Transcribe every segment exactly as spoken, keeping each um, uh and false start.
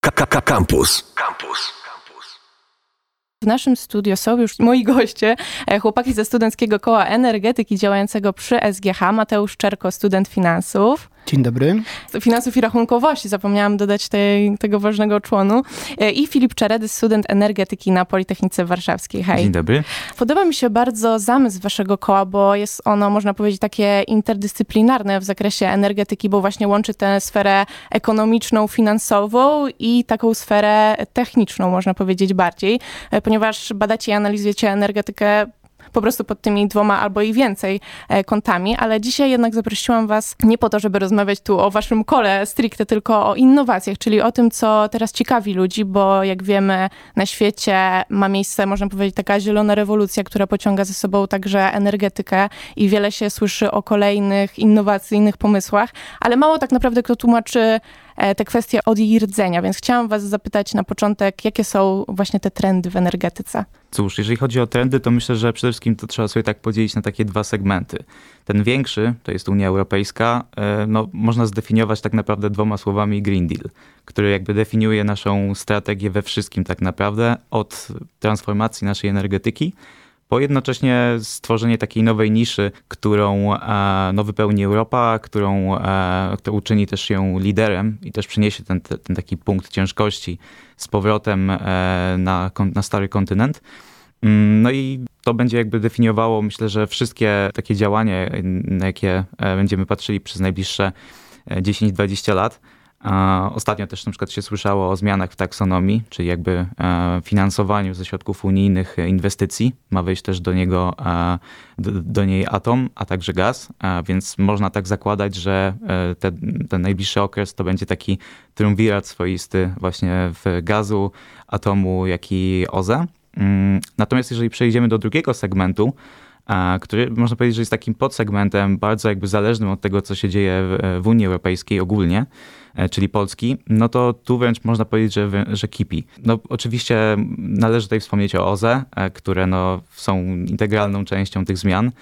K K K Campus. Campus. W naszym studiu są już moi goście, chłopaki ze Studenckiego Koła Energetyki działającego przy S G H, Mateusz Czerko, student finansów. Dzień dobry. Finansów i rachunkowości, zapomniałam dodać tej, tego ważnego członu. I Filip Czeredy, student energetyki na Politechnice Warszawskiej. Hej. Dzień dobry. Podoba mi się bardzo zamysł waszego koła, bo jest ono, można powiedzieć, takie interdyscyplinarne w zakresie energetyki, bo właśnie łączy tę sferę ekonomiczną, finansową i taką sferę techniczną, można powiedzieć bardziej, ponieważ badacie i analizujecie energetykę po prostu pod tymi dwoma albo i więcej kątami, ale dzisiaj jednak zaprosiłam was nie po to, żeby rozmawiać tu o waszym kole stricte, tylko o innowacjach, czyli o tym, co teraz ciekawi ludzi, bo jak wiemy, na świecie ma miejsce, można powiedzieć, taka zielona rewolucja, która pociąga ze sobą także energetykę i wiele się słyszy o kolejnych innowacyjnych pomysłach, ale mało tak naprawdę kto tłumaczy te kwestie od jej rdzenia, więc chciałam was zapytać na początek, jakie są właśnie te trendy w energetyce? Cóż, jeżeli chodzi o trendy, to myślę, że przede wszystkim to trzeba sobie tak podzielić na takie dwa segmenty. Ten większy, to jest Unia Europejska, no, można zdefiniować tak naprawdę dwoma słowami Green Deal, który jakby definiuje naszą strategię we wszystkim tak naprawdę, od transformacji naszej energetyki, po jednocześnie stworzenie takiej nowej niszy, którą no, wypełni Europa, którą która uczyni też ją liderem i też przyniesie ten, ten taki punkt ciężkości z powrotem na, na stary kontynent. No i to będzie jakby definiowało, myślę, że wszystkie takie działania, na jakie będziemy patrzyli przez najbliższe dziesięć do dwudziestu lat. Ostatnio też na przykład się słyszało o zmianach w taksonomii, czyli jakby finansowaniu ze środków unijnych inwestycji. Ma wejść też do niego, do, do niej atom, a także gaz, więc można tak zakładać, że te, ten najbliższy okres to będzie taki triumvirat swoisty właśnie w gazu, atomu, jak i O Z E. Natomiast jeżeli przejdziemy do drugiego segmentu, który można powiedzieć, że jest takim podsegmentem bardzo jakby zależnym od tego, co się dzieje w, w Unii Europejskiej ogólnie, czyli Polski, no to tu wręcz można powiedzieć, że, że kipi. No oczywiście należy tutaj wspomnieć o O Z E, które no są integralną częścią tych zmian.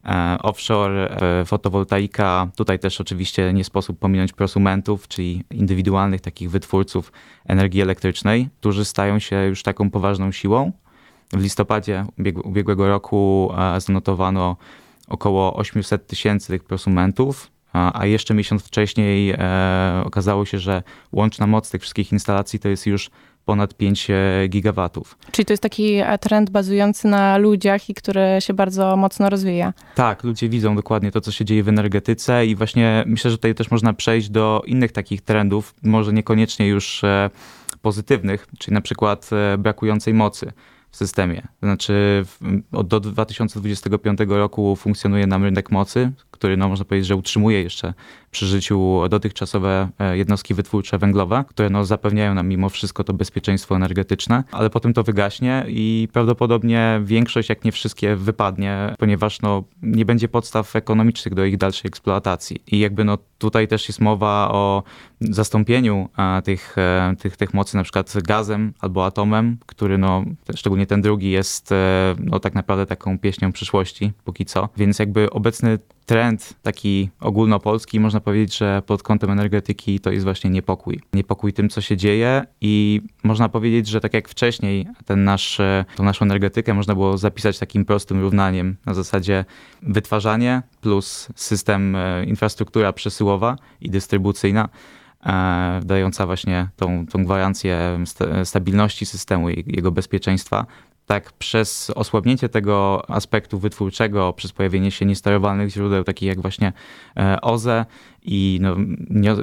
Offshore, fotowoltaika, tutaj też oczywiście nie sposób pominąć prosumentów, czyli indywidualnych takich wytwórców energii elektrycznej, którzy stają się już taką poważną siłą. W listopadzie ubiegłego roku zanotowano około osiemset tysięcy tych prosumentów, a jeszcze miesiąc wcześniej okazało się, że łączna moc tych wszystkich instalacji to jest już ponad pięć gigawatów. Czyli to jest taki trend bazujący na ludziach i który się bardzo mocno rozwija. Tak, ludzie widzą dokładnie to, co się dzieje w energetyce i właśnie myślę, że tutaj też można przejść do innych takich trendów, może niekoniecznie już pozytywnych, czyli na przykład brakującej mocy w systemie. To znaczy od do dwa tysiące dwudziestego piątego roku funkcjonuje nam rynek mocy, który no, można powiedzieć, że utrzymuje jeszcze przy życiu dotychczasowe jednostki wytwórcze węglowe, które no, zapewniają nam mimo wszystko to bezpieczeństwo energetyczne, ale potem to wygaśnie i prawdopodobnie większość, jak nie wszystkie, wypadnie, ponieważ no, nie będzie podstaw ekonomicznych do ich dalszej eksploatacji. I jakby no, tutaj też jest mowa o zastąpieniu a, tych, e, tych, tych mocy na przykład gazem albo atomem, który no, szczególnie ten drugi jest e, no, tak naprawdę taką pieśnią przyszłości póki co. Więc jakby obecny trend taki ogólnopolski, można powiedzieć, że pod kątem energetyki to jest właśnie niepokój. Niepokój tym, co się dzieje i można powiedzieć, że tak jak wcześniej ten nasz, tą naszą energetykę można było zapisać takim prostym równaniem na zasadzie wytwarzanie plus system, infrastruktura przesyłowa i dystrybucyjna, dająca właśnie tą, tą gwarancję stabilności systemu i jego bezpieczeństwa. Tak, przez osłabnięcie tego aspektu wytwórczego, przez pojawienie się niesterowanych źródeł, takich jak właśnie O Z E i, no, nie,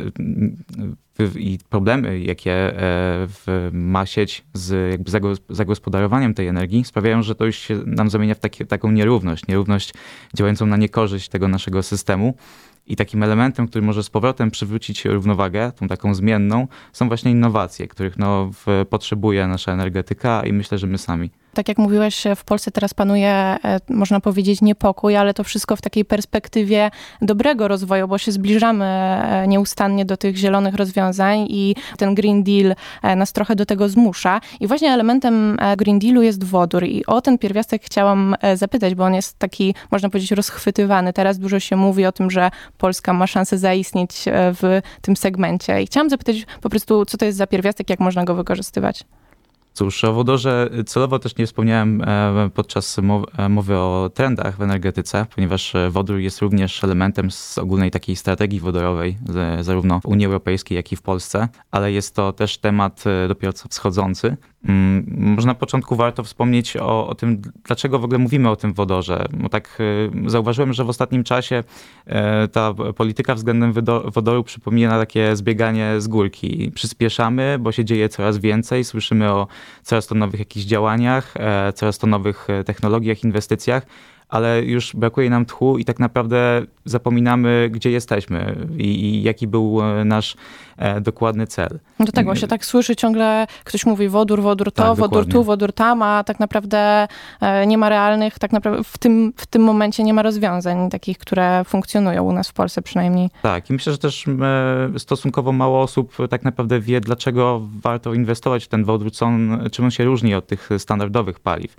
i problemy, jakie ma sieć z jakby zagospodarowaniem tej energii, sprawiają, że to już się nam zamienia w takie, taką nierówność, nierówność działającą na niekorzyść tego naszego systemu. I takim elementem, który może z powrotem przywrócić równowagę, tą taką zmienną, są właśnie innowacje, których no, w, potrzebuje nasza energetyka i myślę, że my sami. Tak jak mówiłeś, w Polsce teraz panuje, można powiedzieć, niepokój, ale to wszystko w takiej perspektywie dobrego rozwoju, bo się zbliżamy nieustannie do tych zielonych rozwiązań i ten Green Deal nas trochę do tego zmusza. I właśnie elementem Green Dealu jest wodór i o ten pierwiastek chciałam zapytać, bo on jest taki, można powiedzieć, rozchwytywany. Teraz dużo się mówi o tym, że Polska ma szansę zaistnieć w tym segmencie. I chciałam zapytać po prostu, co to jest za pierwiastek, jak można go wykorzystywać? Cóż, o wodorze celowo też nie wspomniałem podczas mowy o trendach w energetyce, ponieważ wodór jest również elementem z ogólnej takiej strategii wodorowej, zarówno w Unii Europejskiej, jak i w Polsce, ale jest to też temat dopiero co wschodzący. Może na początku warto wspomnieć o, o tym, dlaczego w ogóle mówimy o tym wodorze. Bo tak zauważyłem, że w ostatnim czasie ta polityka względem wodoru przypomina takie zbieganie z górki. Przyspieszamy, bo się dzieje coraz więcej, słyszymy o coraz to nowych jakichś działaniach, coraz to nowych technologiach, inwestycjach, ale już brakuje nam tchu i tak naprawdę zapominamy, gdzie jesteśmy i, i jaki był nasz e, dokładny cel. No to tak, bo się tak słyszy ciągle, ktoś mówi wodór, wodór to, tak, wodór dokładnie. tu, wodór tam, a tak naprawdę e, nie ma realnych, tak naprawdę w tym, w tym momencie nie ma rozwiązań takich, które funkcjonują u nas w Polsce przynajmniej. Tak i myślę, że też e, stosunkowo mało osób tak naprawdę wie, dlaczego warto inwestować w ten wodór, co on, czym on się różni od tych standardowych paliw.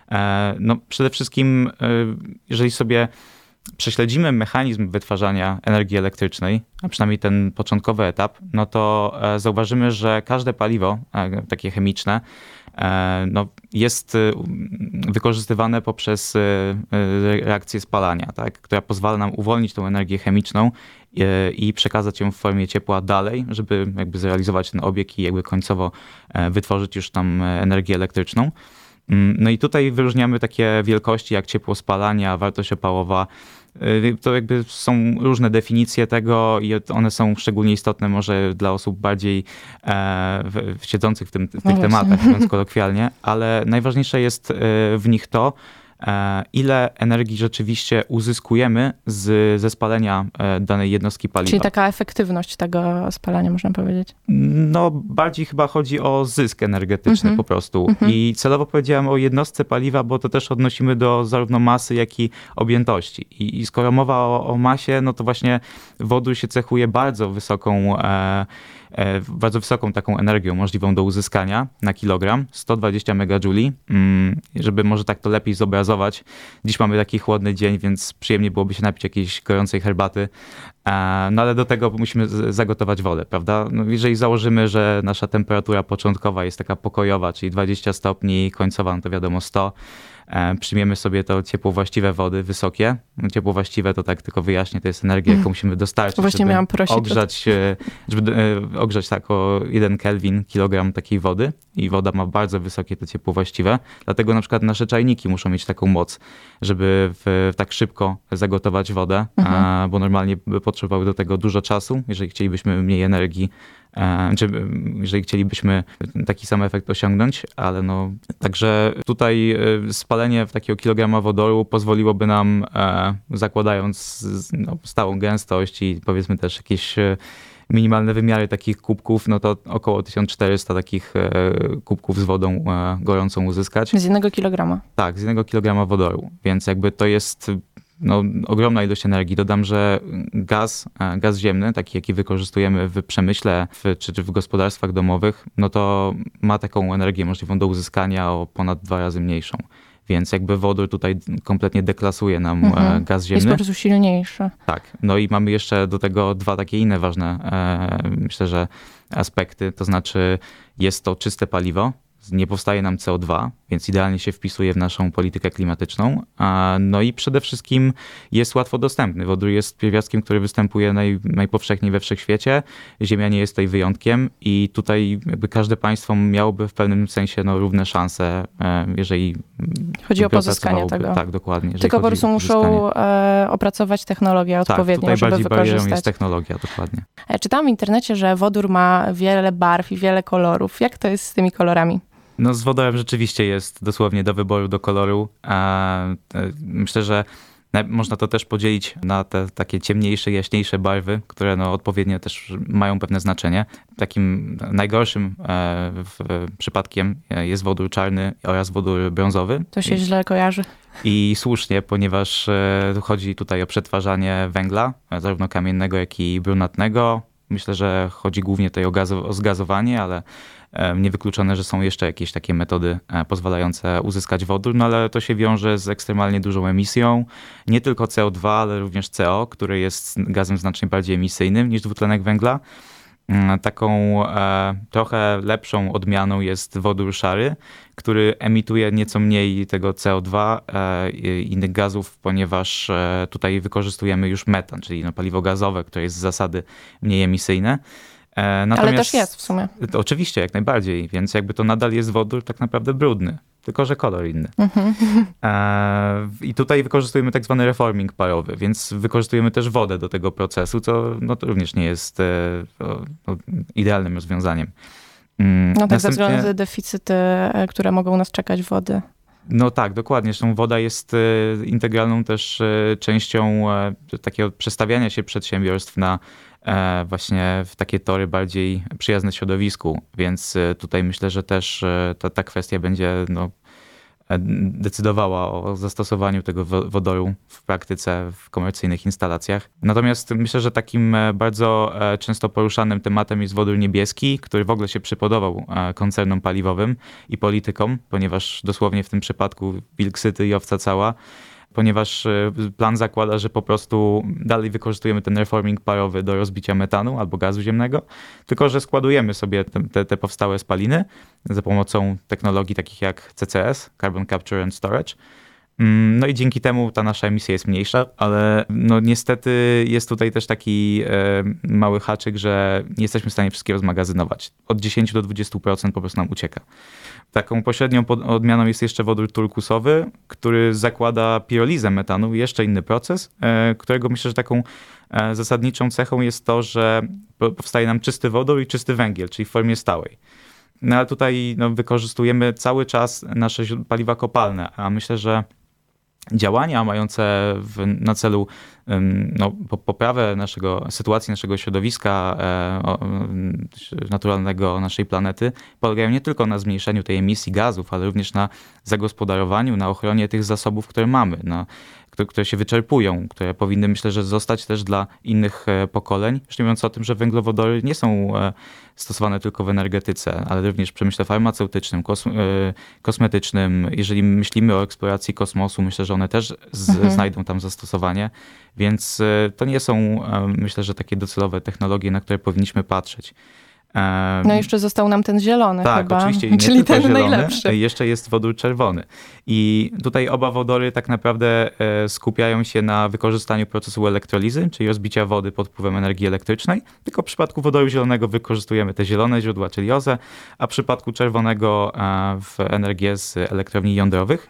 No przede wszystkim, jeżeli sobie prześledzimy mechanizm wytwarzania energii elektrycznej, a przynajmniej ten początkowy etap, no to zauważymy, że każde paliwo, takie chemiczne, no jest wykorzystywane poprzez reakcję spalania, tak, która pozwala nam uwolnić tą energię chemiczną i przekazać ją w formie ciepła dalej, żeby jakby zrealizować ten obieg i jakby końcowo wytworzyć już tam energię elektryczną. No i tutaj wyróżniamy takie wielkości jak ciepło spalania, wartość opałowa. To jakby są różne definicje tego i one są szczególnie istotne może dla osób bardziej e, siedzących w, tym, w tych no tematach, mówiąc kolokwialnie, ale najważniejsze jest w nich to, ile energii rzeczywiście uzyskujemy z, ze spalenia danej jednostki paliwa. Czyli taka efektywność tego spalania, można powiedzieć. No, bardziej chyba chodzi o zysk energetyczny mm-hmm. po prostu. Mm-hmm. I celowo powiedziałem o jednostce paliwa, bo to też odnosimy do zarówno masy, jak i objętości. I, i skoro mowa o, o masie, no to właśnie wodór się cechuje bardzo wysoką e, bardzo wysoką taką energią możliwą do uzyskania na kilogram, sto dwadzieścia megajouli. Żeby może tak to lepiej zobrazować. Dziś mamy taki chłodny dzień, więc przyjemnie byłoby się napić jakiejś gorącej herbaty. No ale do tego musimy zagotować wodę, prawda? No, jeżeli założymy, że nasza temperatura początkowa jest taka pokojowa, czyli dwadzieścia stopni, końcowa, no to wiadomo sto, przyjmiemy sobie to ciepło właściwe wody, wysokie. Ciepło właściwe to tak tylko wyjaśnię, to jest energia, jaką musimy dostarczyć, Właśnie żeby miałam prosić ogrzać, żeby ogrzać tak o jeden kelwin, kilogram takiej wody i woda ma bardzo wysokie to ciepło właściwe. Dlatego na przykład nasze czajniki muszą mieć taką moc, żeby w, tak szybko zagotować wodę, mhm. bo normalnie by potrzebowały do tego dużo czasu, jeżeli chcielibyśmy mniej energii, czy jeżeli chcielibyśmy taki sam efekt osiągnąć, ale no także tutaj spalenie w takiego kilograma wodoru pozwoliłoby nam, zakładając no, stałą gęstość i powiedzmy też jakieś minimalne wymiary takich kubków, no to około tysiąc czterysta takich kubków z wodą gorącą uzyskać. Z jednego kilograma? Tak, z jednego kilograma wodoru, więc jakby to jest no, ogromna ilość energii. Dodam, że gaz, gaz ziemny, taki jaki wykorzystujemy w przemyśle w, czy, czy w gospodarstwach domowych, no to ma taką energię możliwą do uzyskania o ponad dwa razy mniejszą. Więc jakby wodór tutaj kompletnie deklasuje nam mhm. gaz ziemny. Jest po prostu silniejszy. Tak. No i mamy jeszcze do tego dwa takie inne ważne, e, myślę, że aspekty. To znaczy jest to czyste paliwo, nie powstaje nam C O dwa, więc idealnie się wpisuje w naszą politykę klimatyczną. No i przede wszystkim jest łatwo dostępny. Wodór jest pierwiastkiem, który występuje naj, najpowszechniej we wszechświecie. Ziemia nie jest tutaj wyjątkiem i tutaj jakby każde państwo miałoby w pewnym sensie no, równe szanse, jeżeli chodzi o pozyskanie tego. Tak, dokładnie. Tylko po prostu muszą e, opracować technologię odpowiednią, tak, żeby wykorzystać. Jest technologia, dokładnie. Czytałam w internecie, że wodór ma wiele barw i wiele kolorów. Jak to jest z tymi kolorami? No z wodorem rzeczywiście jest dosłownie do wyboru, do koloru. Myślę, że Można to też podzielić na te takie ciemniejsze, jaśniejsze barwy, które no odpowiednio też mają pewne znaczenie. Takim najgorszym w, przypadkiem jest wodór czarny oraz wodór brązowy. To się I, źle kojarzy. I słusznie, ponieważ chodzi tutaj o przetwarzanie węgla, zarówno kamiennego, jak i brunatnego. Myślę, że chodzi głównie tutaj o, gazo, o zgazowanie, ale niewykluczone, że są jeszcze jakieś takie metody pozwalające uzyskać wodór, no ale to się wiąże z ekstremalnie dużą emisją, nie tylko C O dwa, ale również C O, który jest gazem znacznie bardziej emisyjnym niż dwutlenek węgla. Taką e, trochę lepszą odmianą jest wodór szary, który emituje nieco mniej tego C O dwa e, i innych gazów, ponieważ e, tutaj wykorzystujemy już metan, czyli no, paliwo gazowe, które jest z zasady mniej emisyjne. E, natomiast, ale też jest w sumie. To oczywiście, jak najbardziej, więc jakby to nadal jest wodór tak naprawdę brudny. Tylko że kolor inny. Mhm. E, I tutaj wykorzystujemy tak zwany reforming parowy, więc wykorzystujemy też wodę do tego procesu, co no, to również nie jest e, no, idealnym rozwiązaniem. Mm, no tak, ze względu na te deficyty, które mogą nas czekać wody. No tak, dokładnie. Zresztą woda jest e, integralną też e, częścią e, takiego przestawiania się przedsiębiorstw na e, właśnie w takie tory bardziej przyjazne środowisku, więc e, tutaj myślę, że też e, ta, ta kwestia będzie no, decydowała o zastosowaniu tego wodoru w praktyce w komercyjnych instalacjach. Natomiast myślę, że takim bardzo często poruszanym tematem jest wodór niebieski, który w ogóle się przypodobał koncernom paliwowym i politykom, ponieważ dosłownie w tym przypadku wilk syty i owca cała, ponieważ plan zakłada, że po prostu dalej wykorzystujemy ten reforming parowy do rozbicia metanu albo gazu ziemnego, tylko że składujemy sobie te, te, te powstałe spaliny za pomocą technologii takich jak C C S, Carbon Capture and Storage. No i dzięki temu ta nasza emisja jest mniejsza, ale no niestety jest tutaj też taki e, mały haczyk, że nie jesteśmy w stanie wszystkiego zmagazynować. Od dziesięć do dwudziestu procent po prostu nam ucieka. Taką pośrednią odmianą jest jeszcze wodór turkusowy, który zakłada pirolizę metanu, jeszcze inny proces, e, którego myślę, że taką e, zasadniczą cechą jest to, że powstaje nam czysty wodór i czysty węgiel, czyli w formie stałej. No ale tutaj no, wykorzystujemy cały czas nasze paliwa kopalne, a myślę, że działania mające w, na celu no, poprawę naszego, sytuacji naszego środowiska e, naturalnego naszej planety polegają nie tylko na zmniejszeniu tej emisji gazów, ale również na zagospodarowaniu, na ochronie tych zasobów, które mamy, na, które, które się wyczerpują, które powinny, myślę, że zostać też dla innych pokoleń. Już nie mówiąc o tym, że węglowodory nie są stosowane tylko w energetyce, ale również w przemyśle farmaceutycznym, kos, kosmetycznym. Jeżeli myślimy o eksploracji kosmosu, myślę, że one też z, mhm. znajdą tam zastosowanie. Więc to nie są, myślę, że takie docelowe technologie, na które powinniśmy patrzeć. No jeszcze został nam ten zielony tak, chyba, oczywiście, nie czyli ten zielony, najlepszy. Jeszcze jest wodór czerwony. I tutaj oba wodory tak naprawdę skupiają się na wykorzystaniu procesu elektrolizy, czyli rozbicia wody pod wpływem energii elektrycznej. Tylko w przypadku wodoru zielonego wykorzystujemy te zielone źródła, czyli O Z E, a w przypadku czerwonego w energię z elektrowni jądrowych.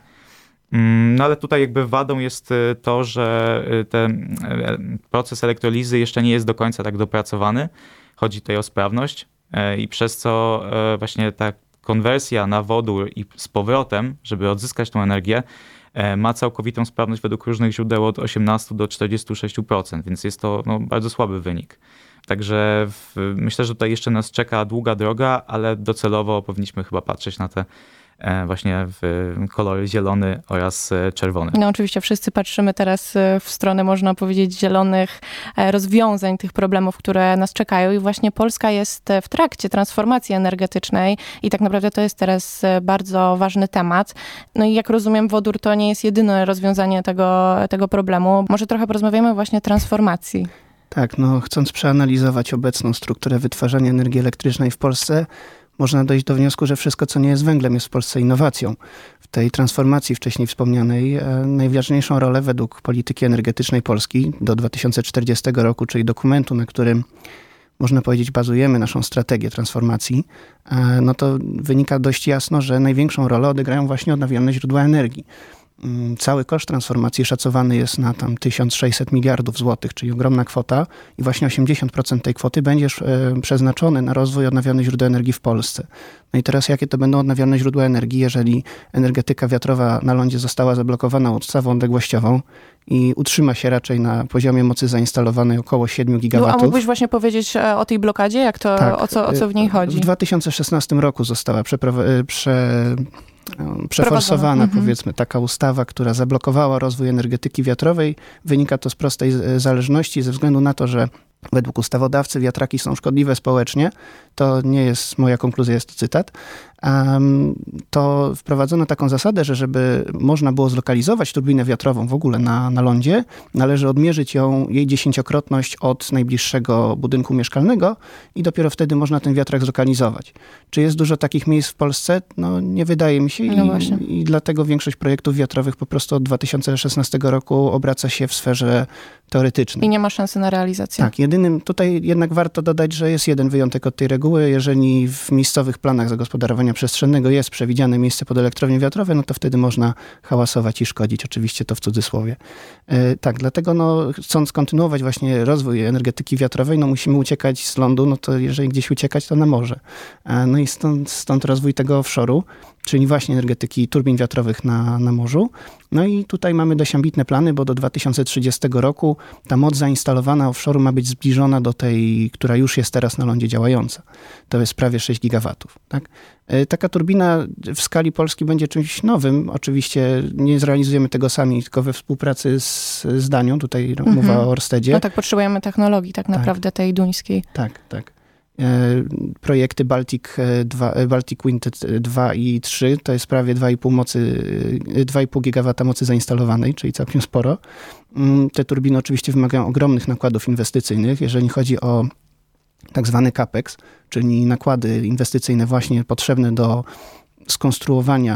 No ale tutaj jakby wadą jest to, że ten proces elektrolizy jeszcze nie jest do końca tak dopracowany. Chodzi tutaj o sprawność i przez co właśnie ta konwersja na wodór i z powrotem, żeby odzyskać tą energię, ma całkowitą sprawność według różnych źródeł od osiemnastu do czterdziestu sześciu procent, więc jest to no, bardzo słaby wynik. Także w, myślę, że tutaj jeszcze nas czeka długa droga, ale docelowo powinniśmy chyba patrzeć na te właśnie w kolory zielony oraz czerwony. No oczywiście wszyscy patrzymy teraz w stronę, można powiedzieć, zielonych rozwiązań tych problemów, które nas czekają i właśnie Polska jest w trakcie transformacji energetycznej i tak naprawdę to jest teraz bardzo ważny temat. No i jak rozumiem, wodór to nie jest jedyne rozwiązanie tego, tego problemu. Może trochę porozmawiamy właśnie o transformacji. Tak, no chcąc przeanalizować obecną strukturę wytwarzania energii elektrycznej w Polsce, można dojść do wniosku, że wszystko, co nie jest węglem, jest w Polsce innowacją. W tej transformacji wcześniej wspomnianej e, najważniejszą rolę według polityki energetycznej Polski do dwa tysiące czterdziestego roku, czyli dokumentu, na którym można powiedzieć bazujemy naszą strategię transformacji, e, no to wynika dość jasno, że największą rolę odegrają właśnie odnawialne źródła energii. Cały koszt transformacji szacowany jest na tam tysiąc sześćset miliardów złotych, czyli ogromna kwota i właśnie osiemdziesiąt procent tej kwoty będzie przeznaczone na rozwój odnawialnych źródeł energii w Polsce. No i teraz jakie to będą odnawialne źródła energii, jeżeli energetyka wiatrowa na lądzie została zablokowana ustawą odległościową i utrzyma się raczej na poziomie mocy zainstalowanej około siedem gigawatów. No, a mógłbyś właśnie powiedzieć o tej blokadzie? Jak to, tak, o, co, o co w niej chodzi? W dwa tysiące szesnastym roku została przeprowa- prze... przeforsowana, mhm. powiedzmy, taka ustawa, która zablokowała rozwój energetyki wiatrowej. Wynika to z prostej zależności ze względu na to, że według ustawodawcy wiatraki są szkodliwe społecznie. To nie jest moja konkluzja, jest to cytat. Um, to wprowadzono taką zasadę, że żeby można było zlokalizować turbinę wiatrową w ogóle na, na lądzie, należy odmierzyć ją, jej dziesięciokrotność od najbliższego budynku mieszkalnego i dopiero wtedy można ten wiatrak zlokalizować. Czy jest dużo takich miejsc w Polsce? No nie wydaje mi się no i, i dlatego większość projektów wiatrowych po prostu od dwa tysiące szesnastego roku obraca się w sferze teoretycznej. I nie ma szansy na realizację. Tak, jedynym, tutaj jednak warto dodać, że jest jeden wyjątek od tej reguły. Jeżeli w miejscowych planach zagospodarowania przestrzennego jest przewidziane miejsce pod elektrownie wiatrowe, no to wtedy można hałasować i szkodzić. Oczywiście to w cudzysłowie. Yy, tak, dlatego no, chcąc kontynuować właśnie rozwój energetyki wiatrowej, no musimy uciekać z lądu, no to jeżeli gdzieś uciekać, to na morze. Yy, no i stąd, stąd rozwój tego offshore'u, czyli właśnie energetyki turbin wiatrowych na, na morzu. No i tutaj mamy dość ambitne plany, bo do dwa tysiące trzydziestego roku ta moc zainstalowana offshore ma być zbliżona do tej, która już jest teraz na lądzie działająca. To jest prawie sześć gigawatów. Tak? Taka turbina w skali Polski będzie czymś nowym. Oczywiście nie zrealizujemy tego sami, tylko we współpracy z, z Danią. Tutaj mhm. mowa o Orstedzie. No tak, potrzebujemy technologii tak naprawdę tak. tej duńskiej. Tak, tak. Projekty Baltic dwa, Baltic Wind dwa i trzy to jest prawie dwa i pół mocy, dwa i pół gigawata mocy zainstalowanej, czyli całkiem sporo. Te turbiny oczywiście wymagają ogromnych nakładów inwestycyjnych, jeżeli chodzi o tak zwany capex, czyli nakłady inwestycyjne właśnie potrzebne do skonstruowania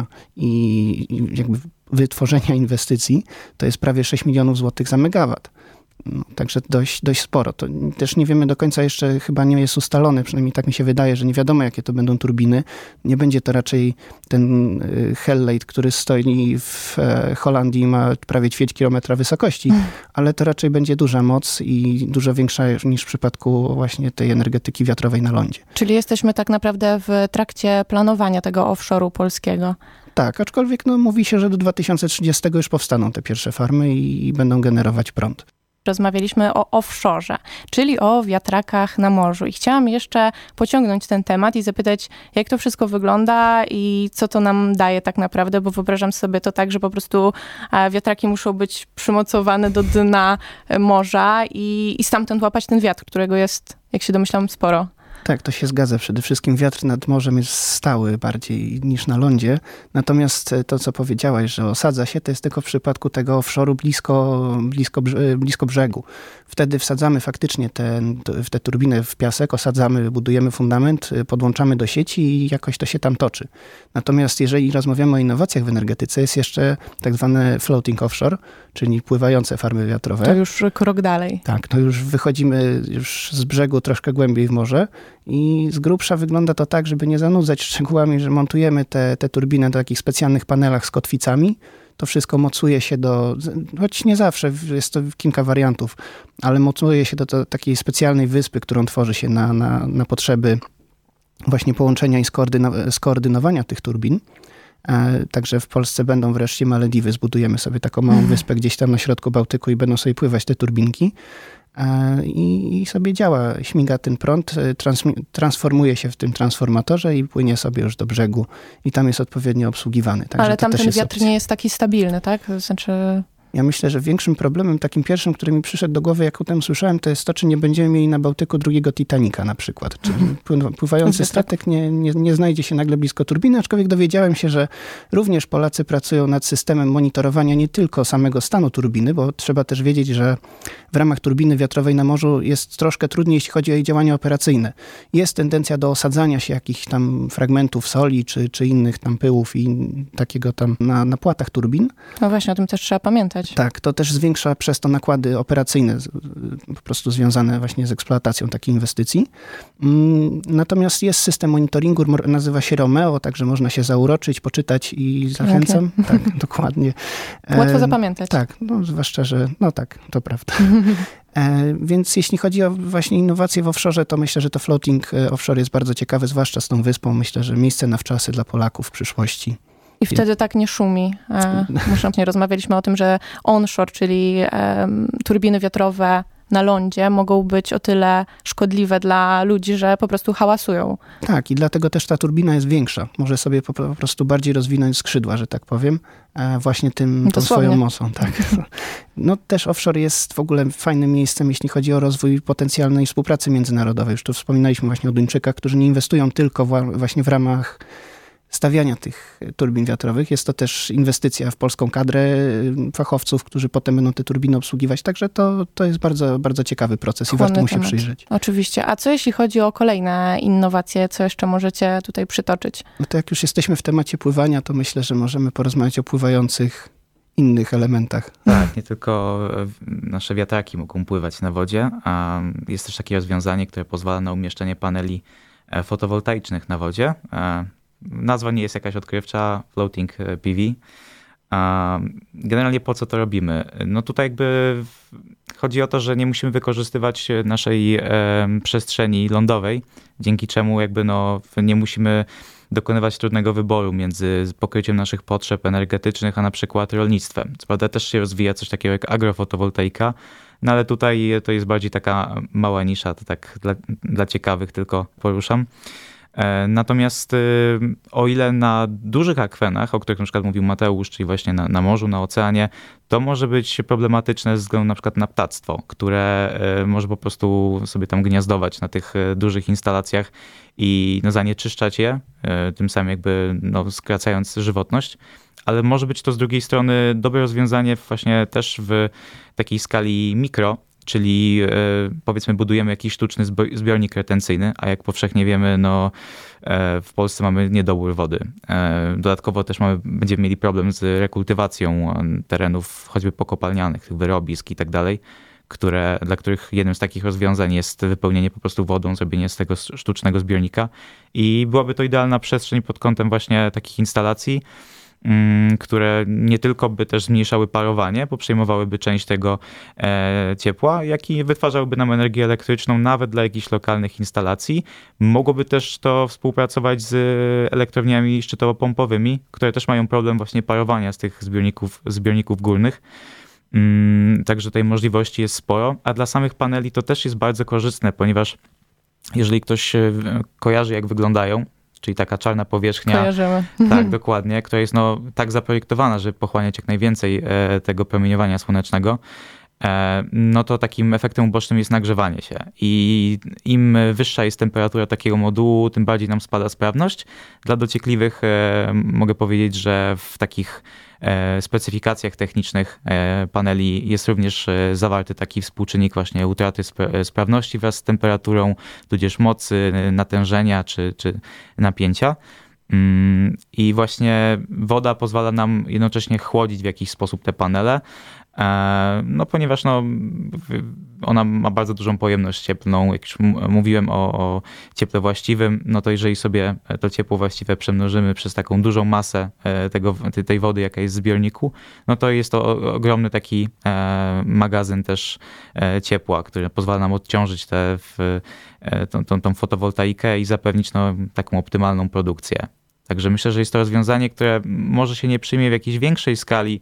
i jakby wytworzenia inwestycji, to jest prawie sześć milionów złotych za megawat. No, także dość, dość sporo. To też nie wiemy do końca jeszcze, chyba nie jest ustalone, przynajmniej tak mi się wydaje, że nie wiadomo, jakie to będą turbiny. Nie będzie to raczej ten Hellate, który stoi w Holandii i ma prawie ćwierć kilometra wysokości, mm. ale to raczej będzie duża moc i dużo większa niż w przypadku właśnie tej energetyki wiatrowej na lądzie. Czyli jesteśmy tak naprawdę w trakcie planowania tego offshore'u polskiego. Tak, aczkolwiek no, mówi się, że do dwa tysiące trzydziestego już powstaną te pierwsze farmy i, i będą generować prąd. Rozmawialiśmy o offshore, czyli o wiatrakach na morzu. I chciałam jeszcze pociągnąć ten temat i zapytać, jak to wszystko wygląda i co to nam daje tak naprawdę, bo wyobrażam sobie to tak, że po prostu wiatraki muszą być przymocowane do dna morza i, i stamtąd łapać ten wiatr, którego jest, jak się domyślam, sporo. Tak, to się zgadza. Przede wszystkim wiatr nad morzem jest stały bardziej niż na lądzie. Natomiast to, co powiedziałaś, że osadza się, to jest tylko w przypadku tego offshore'u blisko, blisko, blisko brzegu. Wtedy wsadzamy faktycznie te, te turbiny w piasek, osadzamy, budujemy fundament, podłączamy do sieci i jakoś to się tam toczy. Natomiast jeżeli rozmawiamy o innowacjach w energetyce, jest jeszcze tak zwane floating offshore, czyli pływające farmy wiatrowe. To już krok dalej. Tak, to już wychodzimy już z brzegu troszkę głębiej w morze. I z grubsza wygląda to tak, żeby nie zanudzać szczegółami, że montujemy te, te turbiny na takich specjalnych panelach z kotwicami. To wszystko mocuje się do, choć nie zawsze, jest to kilka wariantów, ale mocuje się do, do takiej specjalnej wyspy, którą tworzy się na, na, na potrzeby właśnie połączenia i skoordynow- skoordynowania tych turbin. E, także w Polsce będą wreszcie Malediwy. Zbudujemy sobie taką małą wyspę gdzieś tam na środku Bałtyku i będą sobie pływać te turbinki. I, i sobie działa, śmiga ten prąd, trans, transformuje się w tym transformatorze i płynie sobie już do brzegu i tam jest odpowiednio obsługiwany. Także ale tam ten wiatr opcja. Nie jest taki stabilny, tak? To znaczy... Ja myślę, że większym problemem, takim pierwszym, który mi przyszedł do głowy, jak o tym słyszałem, to jest to, czy nie będziemy mieli na Bałtyku drugiego Titanica na przykład. Czyli pływający statek nie, nie, nie znajdzie się nagle blisko turbiny, aczkolwiek dowiedziałem się, że również Polacy pracują nad systemem monitorowania nie tylko samego stanu turbiny, bo trzeba też wiedzieć, że w ramach turbiny wiatrowej na morzu jest troszkę trudniej, jeśli chodzi o jej działanie operacyjne. Jest tendencja do osadzania się jakichś tam fragmentów soli, czy, czy innych tam pyłów i takiego tam na, na płatach turbin. No właśnie, o tym też trzeba pamiętać. wykorzystać. Tak, to też zwiększa przez to nakłady operacyjne, po prostu związane właśnie z eksploatacją takiej inwestycji. Natomiast jest system monitoringu, nazywa się Romeo, także można się zauroczyć, poczytać i zachęcam. Okay. Tak, dokładnie. Łatwo zapamiętać. Tak, no zwłaszcza, że no tak, to prawda. E, więc jeśli chodzi o właśnie innowacje w offshore, to myślę, że to floating offshore jest bardzo ciekawe, zwłaszcza z tą wyspą. Myślę, że miejsce na wczasy dla Polaków w przyszłości. I wtedy tak nie szumi. E, nie rozmawialiśmy o tym, że onshore, czyli e, turbiny wiatrowe na lądzie mogą być o tyle szkodliwe dla ludzi, że po prostu hałasują. Tak, i dlatego też ta turbina jest większa. Może sobie po, po prostu bardziej rozwinąć skrzydła, że tak powiem, właśnie tym, tą swoją mocą. Tak. No też offshore jest w ogóle fajnym miejscem, jeśli chodzi o rozwój potencjalnej współpracy międzynarodowej. Już tu wspominaliśmy właśnie o Duńczykach, którzy nie inwestują tylko właśnie w ramach stawiania tych turbin wiatrowych. Jest to też inwestycja w polską kadrę fachowców, którzy potem będą te turbiny obsługiwać. Także to, to jest bardzo, bardzo ciekawy proces i warto mu się przyjrzeć. Oczywiście. A co jeśli chodzi o kolejne innowacje? Co jeszcze możecie tutaj przytoczyć? No to jak już jesteśmy w temacie pływania, to myślę, że możemy porozmawiać o pływających innych elementach. Tak, nie tylko nasze wiatraki mogą pływać na wodzie, a jest też takie rozwiązanie, które pozwala na umieszczenie paneli fotowoltaicznych na wodzie. Nazwa nie jest jakaś odkrywcza, floating P V. Generalnie po co to robimy? No tutaj jakby chodzi o to, że nie musimy wykorzystywać naszej przestrzeni lądowej, dzięki czemu jakby no nie musimy dokonywać trudnego wyboru między pokryciem naszych potrzeb energetycznych, a na przykład rolnictwem. Co prawda też się rozwija coś takiego jak agrofotowoltaika, no ale tutaj to jest bardziej taka mała nisza, to tak dla, dla ciekawych tylko poruszam. Natomiast o ile na dużych akwenach, o których na przykład mówił Mateusz, czyli właśnie na, na morzu, na oceanie, to może być problematyczne ze względu na przykład na ptactwo, które może po prostu sobie tam gniazdować na tych dużych instalacjach i no, zanieczyszczać je, tym samym jakby no, skracając żywotność. Ale może być to z drugiej strony dobre rozwiązanie właśnie też w takiej skali mikro, czyli powiedzmy budujemy jakiś sztuczny zbiornik retencyjny, a jak powszechnie wiemy, no w Polsce mamy niedobór wody. Dodatkowo też mamy, będziemy mieli problem z rekultywacją terenów choćby pokopalnianych, tych wyrobisk i tak dalej, które, dla których jednym z takich rozwiązań jest wypełnienie po prostu wodą, zrobienie z tego sztucznego zbiornika i byłaby to idealna przestrzeń pod kątem właśnie takich instalacji, które nie tylko by też zmniejszały parowanie, bo przejmowałyby część tego e, ciepła, jak i wytwarzałyby nam energię elektryczną nawet dla jakichś lokalnych instalacji. Mogłoby też to współpracować z elektrowniami szczytowo-pompowymi, które też mają problem właśnie parowania z tych zbiorników, zbiorników górnych. Mm, także tej możliwości jest sporo, a dla samych paneli to też jest bardzo korzystne, ponieważ jeżeli ktoś kojarzy, jak wyglądają, czyli taka czarna powierzchnia. Kojarzymy. Tak, dokładnie, która jest no, tak zaprojektowana, żeby pochłaniać jak najwięcej e, tego promieniowania słonecznego, e, no to takim efektem ubocznym jest nagrzewanie się. I im wyższa jest temperatura takiego modułu, tym bardziej nam spada sprawność. Dla dociekliwych e, mogę powiedzieć, że w takich e, specyfikacjach technicznych e, paneli jest również e, zawarty taki współczynnik właśnie utraty sp- sprawności wraz z temperaturą, tudzież mocy, natężenia czy, czy napięcia. Mm, I właśnie woda pozwala nam jednocześnie chłodzić w jakiś sposób te panele, e, no ponieważ no, ona ma bardzo dużą pojemność cieplną. Jak już m- mówiłem o, o cieple właściwym, no to jeżeli sobie to ciepło właściwe przemnożymy przez taką dużą masę tego, tej wody, jaka jest w zbiorniku, no to jest to ogromny taki e, magazyn też e, ciepła, który pozwala nam odciążyć te, w, e, tą, tą, tą fotowoltaikę i zapewnić no, taką optymalną produkcję. Także myślę, że jest to rozwiązanie, które może się nie przyjmie w jakiejś większej skali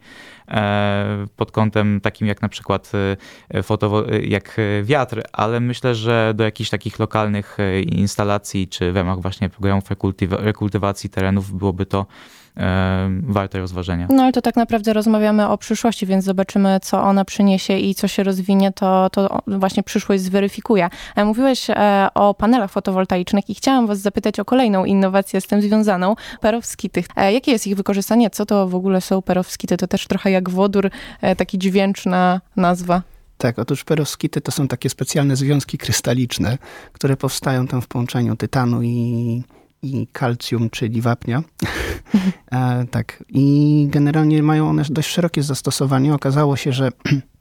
e, pod kątem takim jak na przykład e, fotowo- jak wiatr, ale myślę, że do jakichś takich lokalnych instalacji czy w ramach właśnie programów rekultyw- rekultywacji terenów byłoby to e, warte rozważenia. No ale to tak naprawdę rozmawiamy o przyszłości, więc zobaczymy, co ona przyniesie i co się rozwinie, to, to właśnie przyszłość zweryfikuje. Mówiłeś e, o panelach fotowoltaicznych i chciałam was zapytać o kolejną innowację z tym związaną, perowskity. E, jakie jest ich wykorzystanie? Co to w ogóle są perowskity? To też trochę jak wodór, e, taki dźwięczna nazwa. Tak, otóż perowskity to są takie specjalne związki krystaliczne, które powstają tam w połączeniu tytanu i i kalcjum, czyli wapnia. e, tak. I generalnie mają one dość szerokie zastosowanie. Okazało się, że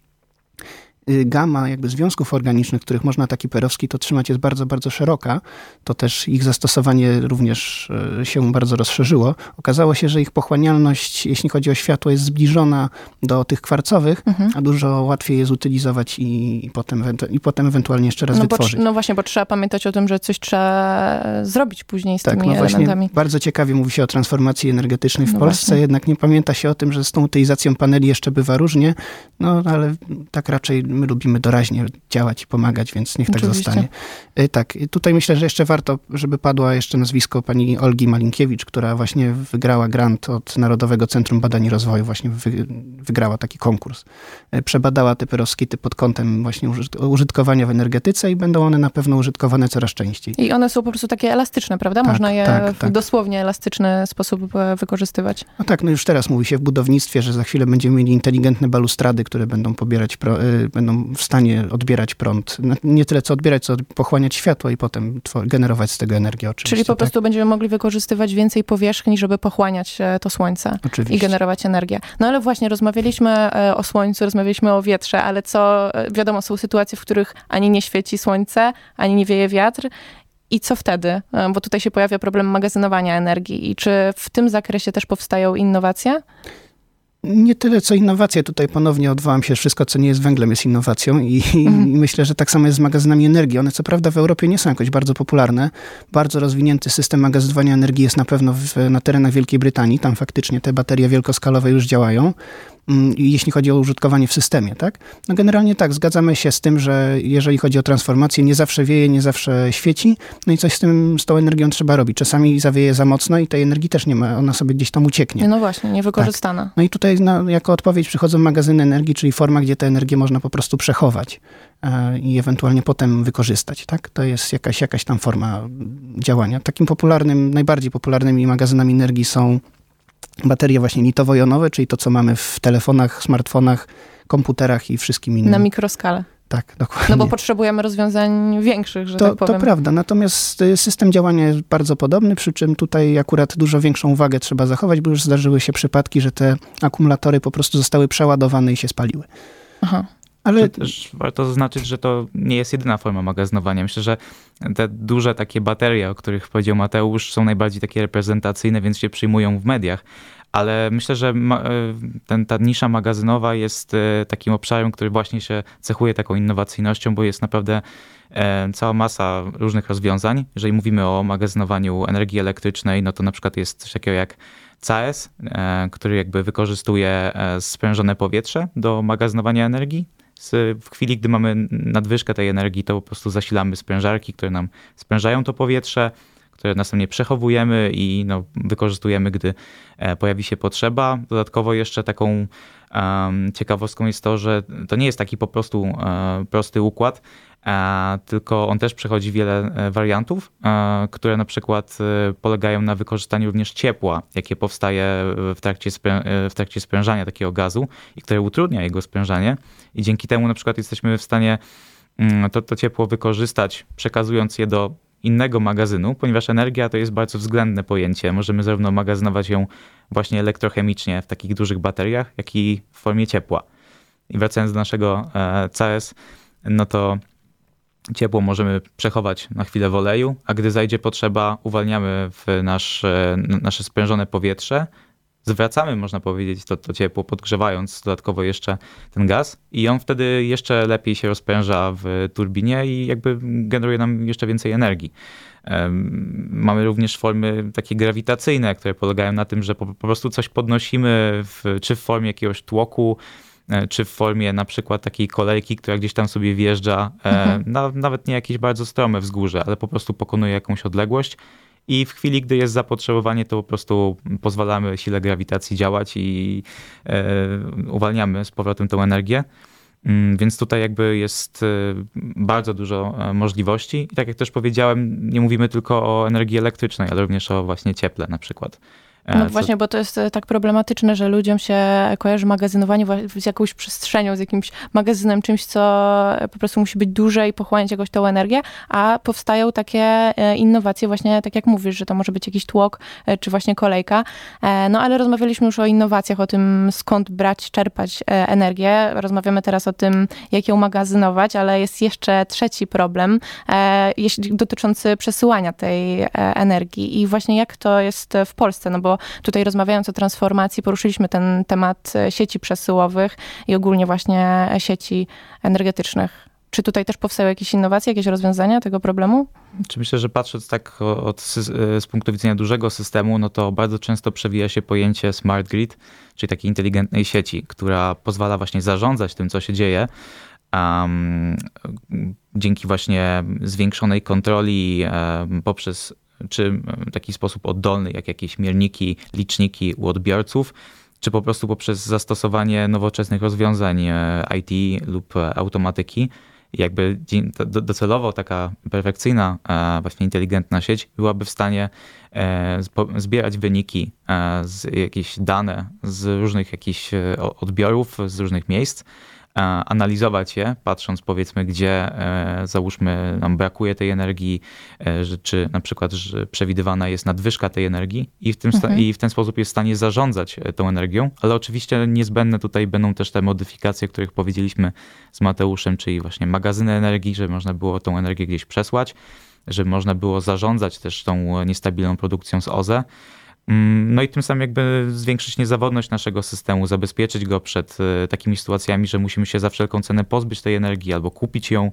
gama jakby związków organicznych, których można taki perowskit otrzymać, jest bardzo, bardzo szeroka. To też ich zastosowanie również się bardzo rozszerzyło. Okazało się, że ich pochłanialność, jeśli chodzi o światło, jest zbliżona do tych kwarcowych, mhm. a dużo łatwiej je zutylizować i, i, potem, i potem ewentualnie jeszcze raz no wytworzyć. Bo, no właśnie, bo trzeba pamiętać o tym, że coś trzeba zrobić później z tak, tymi no elementami. Właśnie bardzo ciekawie mówi się o transformacji energetycznej w no Polsce, właśnie. jednak nie pamięta się o tym, że z tą utylizacją paneli jeszcze bywa różnie, no ale tak raczej my lubimy doraźnie działać i pomagać, więc niech tak Oczywiście. zostanie. Tak, tutaj myślę, że jeszcze warto, żeby padło jeszcze nazwisko pani Olgi Malinkiewicz, która właśnie wygrała grant od Narodowego Centrum Badań i Rozwoju, właśnie wy, wygrała taki konkurs. Przebadała te perowskity pod kątem właśnie użytkowania w energetyce i będą one na pewno użytkowane coraz częściej. I one są po prostu takie elastyczne, prawda? Tak, Można je tak, w tak. dosłownie elastyczny sposób wykorzystywać. No tak, no już teraz mówi się w budownictwie, że za chwilę będziemy mieli inteligentne balustrady, które będą pobierać, pro, y, będą w stanie odbierać prąd. Nie tyle co odbierać, co pochłaniać światło i potem generować z tego energię oczywiście. Czyli po tak? prostu będziemy mogli wykorzystywać więcej powierzchni, żeby pochłaniać to słońce Oczywiście. i generować energię. No ale właśnie, rozmawialiśmy o słońcu, rozmawialiśmy o wietrze, ale co, wiadomo, są sytuacje, w których ani nie świeci słońce, ani nie wieje wiatr. I co wtedy? Bo tutaj się pojawia problem magazynowania energii. I czy w tym zakresie też powstają innowacje? Nie tyle co innowacje. Tutaj ponownie odwołam się, wszystko co nie jest węglem jest innowacją i, mhm. i myślę, że tak samo jest z magazynami energii. One co prawda w Europie nie są jakoś bardzo popularne. Bardzo rozwinięty system magazynowania energii jest na pewno w, na terenach Wielkiej Brytanii. Tam faktycznie te baterie wielkoskalowe już działają. Jeśli chodzi o użytkowanie w systemie, tak? No generalnie tak, zgadzamy się z tym, że jeżeli chodzi o transformację, nie zawsze wieje, nie zawsze świeci, no i coś z tym, z tą energią trzeba robić. Czasami zawieje za mocno i tej energii też nie ma, ona sobie gdzieś tam ucieknie. No właśnie, niewykorzystana. Tak. No i tutaj no, jako odpowiedź przychodzą magazyny energii, czyli forma, gdzie tę energię można po prostu przechować e, i ewentualnie potem wykorzystać, tak? To jest jakaś, jakaś tam forma działania. Takim popularnym, najbardziej popularnymi magazynami energii są baterie właśnie litowo-jonowe, czyli to, co mamy w telefonach, smartfonach, komputerach i wszystkim innym. Na mikroskalę. Tak, dokładnie. No bo potrzebujemy rozwiązań większych, że to, tak powiem. To prawda, natomiast system działania jest bardzo podobny, przy czym tutaj akurat dużo większą uwagę trzeba zachować, bo już zdarzyły się przypadki, że te akumulatory po prostu zostały przeładowane i się spaliły. Aha. Ale też warto zaznaczyć, że to nie jest jedyna forma magazynowania. Myślę, że te duże takie baterie, o których powiedział Mateusz, są najbardziej takie reprezentacyjne, więc się przyjmują w mediach. Ale myślę, że ten, ta nisza magazynowa jest takim obszarem, który właśnie się cechuje taką innowacyjnością, bo jest naprawdę cała masa różnych rozwiązań. Jeżeli mówimy o magazynowaniu energii elektrycznej, no to na przykład jest coś takiego jak C A E S, który jakby wykorzystuje sprężone powietrze do magazynowania energii. W chwili, gdy mamy nadwyżkę tej energii, to po prostu zasilamy sprężarki, które nam sprężają to powietrze, które następnie przechowujemy i no, wykorzystujemy, gdy pojawi się potrzeba. Dodatkowo jeszcze taką um, ciekawostką jest to, że to nie jest taki po prostu um, prosty układ, um, tylko on też przechodzi wiele wariantów, um, które na przykład um, polegają na wykorzystaniu również ciepła, jakie powstaje w trakcie, sprę- w trakcie sprężania takiego gazu i które utrudnia jego sprężanie. I dzięki temu na przykład jesteśmy w stanie um, to, to ciepło wykorzystać, przekazując je do innego magazynu, ponieważ energia to jest bardzo względne pojęcie. Możemy zarówno magazynować ją właśnie elektrochemicznie w takich dużych bateriach, jak i w formie ciepła. I wracając do naszego C A E S, no to ciepło możemy przechować na chwilę w oleju, a gdy zajdzie potrzeba, uwalniamy w nasz, nasze sprężone powietrze, zwracamy, można powiedzieć, to, to ciepło, podgrzewając dodatkowo jeszcze ten gaz i on wtedy jeszcze lepiej się rozpręża w turbinie i jakby generuje nam jeszcze więcej energii. Um, mamy również formy takie grawitacyjne, które polegają na tym, że po, po prostu coś podnosimy, w, czy w formie jakiegoś tłoku, czy w formie na przykład takiej kolejki, która gdzieś tam sobie wjeżdża, mhm. e, na, nawet nie jakieś bardzo strome wzgórze, ale po prostu pokonuje jakąś odległość. I w chwili, gdy jest zapotrzebowanie, to po prostu pozwalamy sile grawitacji działać i e, uwalniamy z powrotem tą energię. Więc tutaj jakby jest bardzo dużo możliwości. I tak jak też powiedziałem, nie mówimy tylko o energii elektrycznej, ale również o właśnie cieple na przykład. No właśnie, bo to jest tak problematyczne, że ludziom się kojarzy magazynowanie z jakąś przestrzenią, z jakimś magazynem, czymś, co po prostu musi być duże i pochłaniać jakoś tą energię, a powstają takie innowacje właśnie, tak jak mówisz, że to może być jakiś tłok, czy właśnie kolejka. No ale rozmawialiśmy już o innowacjach, o tym, skąd brać, czerpać energię. Rozmawiamy teraz o tym, jak ją magazynować, ale jest jeszcze trzeci problem, dotyczący przesyłania tej energii i właśnie jak to jest w Polsce, no bo tutaj rozmawiając o transformacji, poruszyliśmy ten temat sieci przesyłowych i ogólnie właśnie sieci energetycznych. Czy tutaj też powstają jakieś innowacje, jakieś rozwiązania tego problemu? Czy myślę, że patrząc tak od, z punktu widzenia dużego systemu, no to bardzo często przewija się pojęcie smart grid, czyli takiej inteligentnej sieci, która pozwala właśnie zarządzać tym, co się dzieje, um, dzięki właśnie zwiększonej kontroli um, poprzez czy w taki sposób oddolny, jak jakieś mierniki, liczniki u odbiorców, czy po prostu poprzez zastosowanie nowoczesnych rozwiązań I T lub automatyki. Jakby docelowo taka perfekcyjna, właśnie inteligentna sieć byłaby w stanie zbierać wyniki, z jakieś dane z różnych jakichś odbiorów, z różnych miejsc, analizować je, patrząc powiedzmy, gdzie załóżmy nam brakuje tej energii, że, czy na przykład że przewidywana jest nadwyżka tej energii i w, tym mhm. i w ten sposób jest w stanie zarządzać tą energią, ale oczywiście niezbędne tutaj będą też te modyfikacje, o których powiedzieliśmy z Mateuszem, czyli właśnie magazyny energii, żeby można było tą energię gdzieś przesłać, żeby można było zarządzać też tą niestabilną produkcją z O Z E. No i tym samym jakby zwiększyć niezawodność naszego systemu, zabezpieczyć go przed takimi sytuacjami, że musimy się za wszelką cenę pozbyć tej energii albo kupić ją.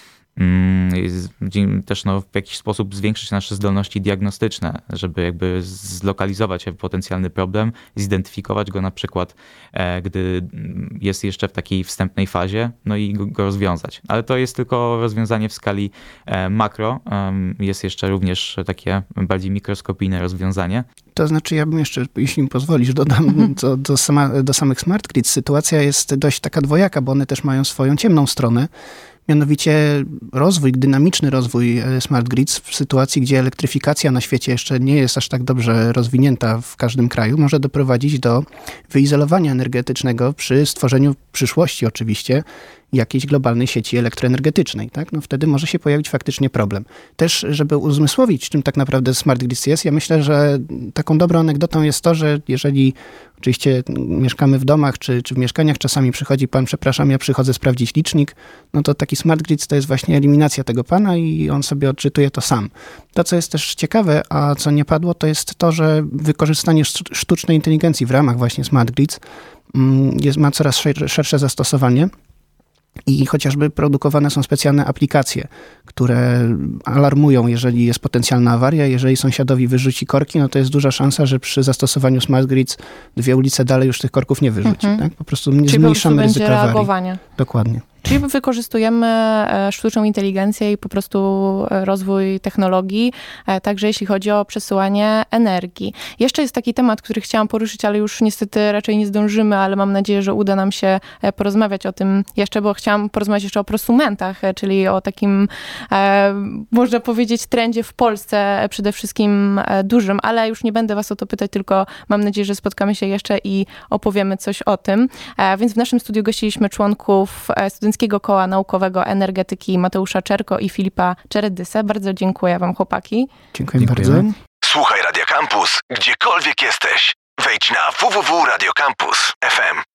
Też no, w jakiś sposób zwiększyć nasze zdolności diagnostyczne, żeby jakby zlokalizować potencjalny problem, zidentyfikować go na przykład, gdy jest jeszcze w takiej wstępnej fazie, no i go rozwiązać. Ale to jest tylko rozwiązanie w skali makro. Jest jeszcze również takie bardziej mikroskopijne rozwiązanie. To znaczy, ja bym jeszcze, jeśli mi pozwolisz, dodam mhm. do, do, sama, do samych smart grid. Sytuacja jest dość taka dwojaka, bo one też mają swoją ciemną stronę. Mianowicie rozwój, dynamiczny rozwój smart grids w sytuacji, gdzie elektryfikacja na świecie jeszcze nie jest aż tak dobrze rozwinięta w każdym kraju, może doprowadzić do wyizolowania energetycznego przy stworzeniu w przyszłości oczywiście jakiejś globalnej sieci elektroenergetycznej. Tak? No wtedy może się pojawić faktycznie problem. Też, żeby uzmysłowić, czym tak naprawdę smart grids jest, ja myślę, że taką dobrą anegdotą jest to, że jeżeli oczywiście mieszkamy w domach czy, czy w mieszkaniach, czasami przychodzi pan, przepraszam, ja przychodzę sprawdzić licznik, no to taki smart grid to jest właśnie eliminacja tego pana i on sobie odczytuje to sam. To, co jest też ciekawe, a co nie padło, to jest to, że wykorzystanie sztucznej inteligencji w ramach właśnie smart grids jest, ma coraz szersze zastosowanie. I chociażby produkowane są specjalne aplikacje, które alarmują, jeżeli jest potencjalna awaria. Jeżeli sąsiadowi wyrzuci korki, no to jest duża szansa, że przy zastosowaniu smart grids dwie ulice dalej już tych korków nie wyrzuci. Mhm. Tak? Po prostu zmniejszamy ryzyko awarii. Reagowanie. Dokładnie. Czyli wykorzystujemy sztuczną inteligencję i po prostu rozwój technologii, także jeśli chodzi o przesyłanie energii. Jeszcze jest taki temat, który chciałam poruszyć, ale już niestety raczej nie zdążymy, ale mam nadzieję, że uda nam się porozmawiać o tym jeszcze, bo chciałam porozmawiać jeszcze o prosumentach, czyli o takim, można powiedzieć, trendzie w Polsce przede wszystkim dużym, ale już nie będę was o to pytać, tylko mam nadzieję, że spotkamy się jeszcze i opowiemy coś o tym. Więc w naszym studiu gościliśmy członków Studenckiego Koła Naukowego Energetyki Mateusza Czerko i Filipa Czeredysę. Bardzo dziękuję wam, chłopaki. Dziękuję, Dziękuję bardzo. Słuchaj Radio Campus, gdziekolwiek jesteś. Wejdź na w w w kropka radio campus kropka f m.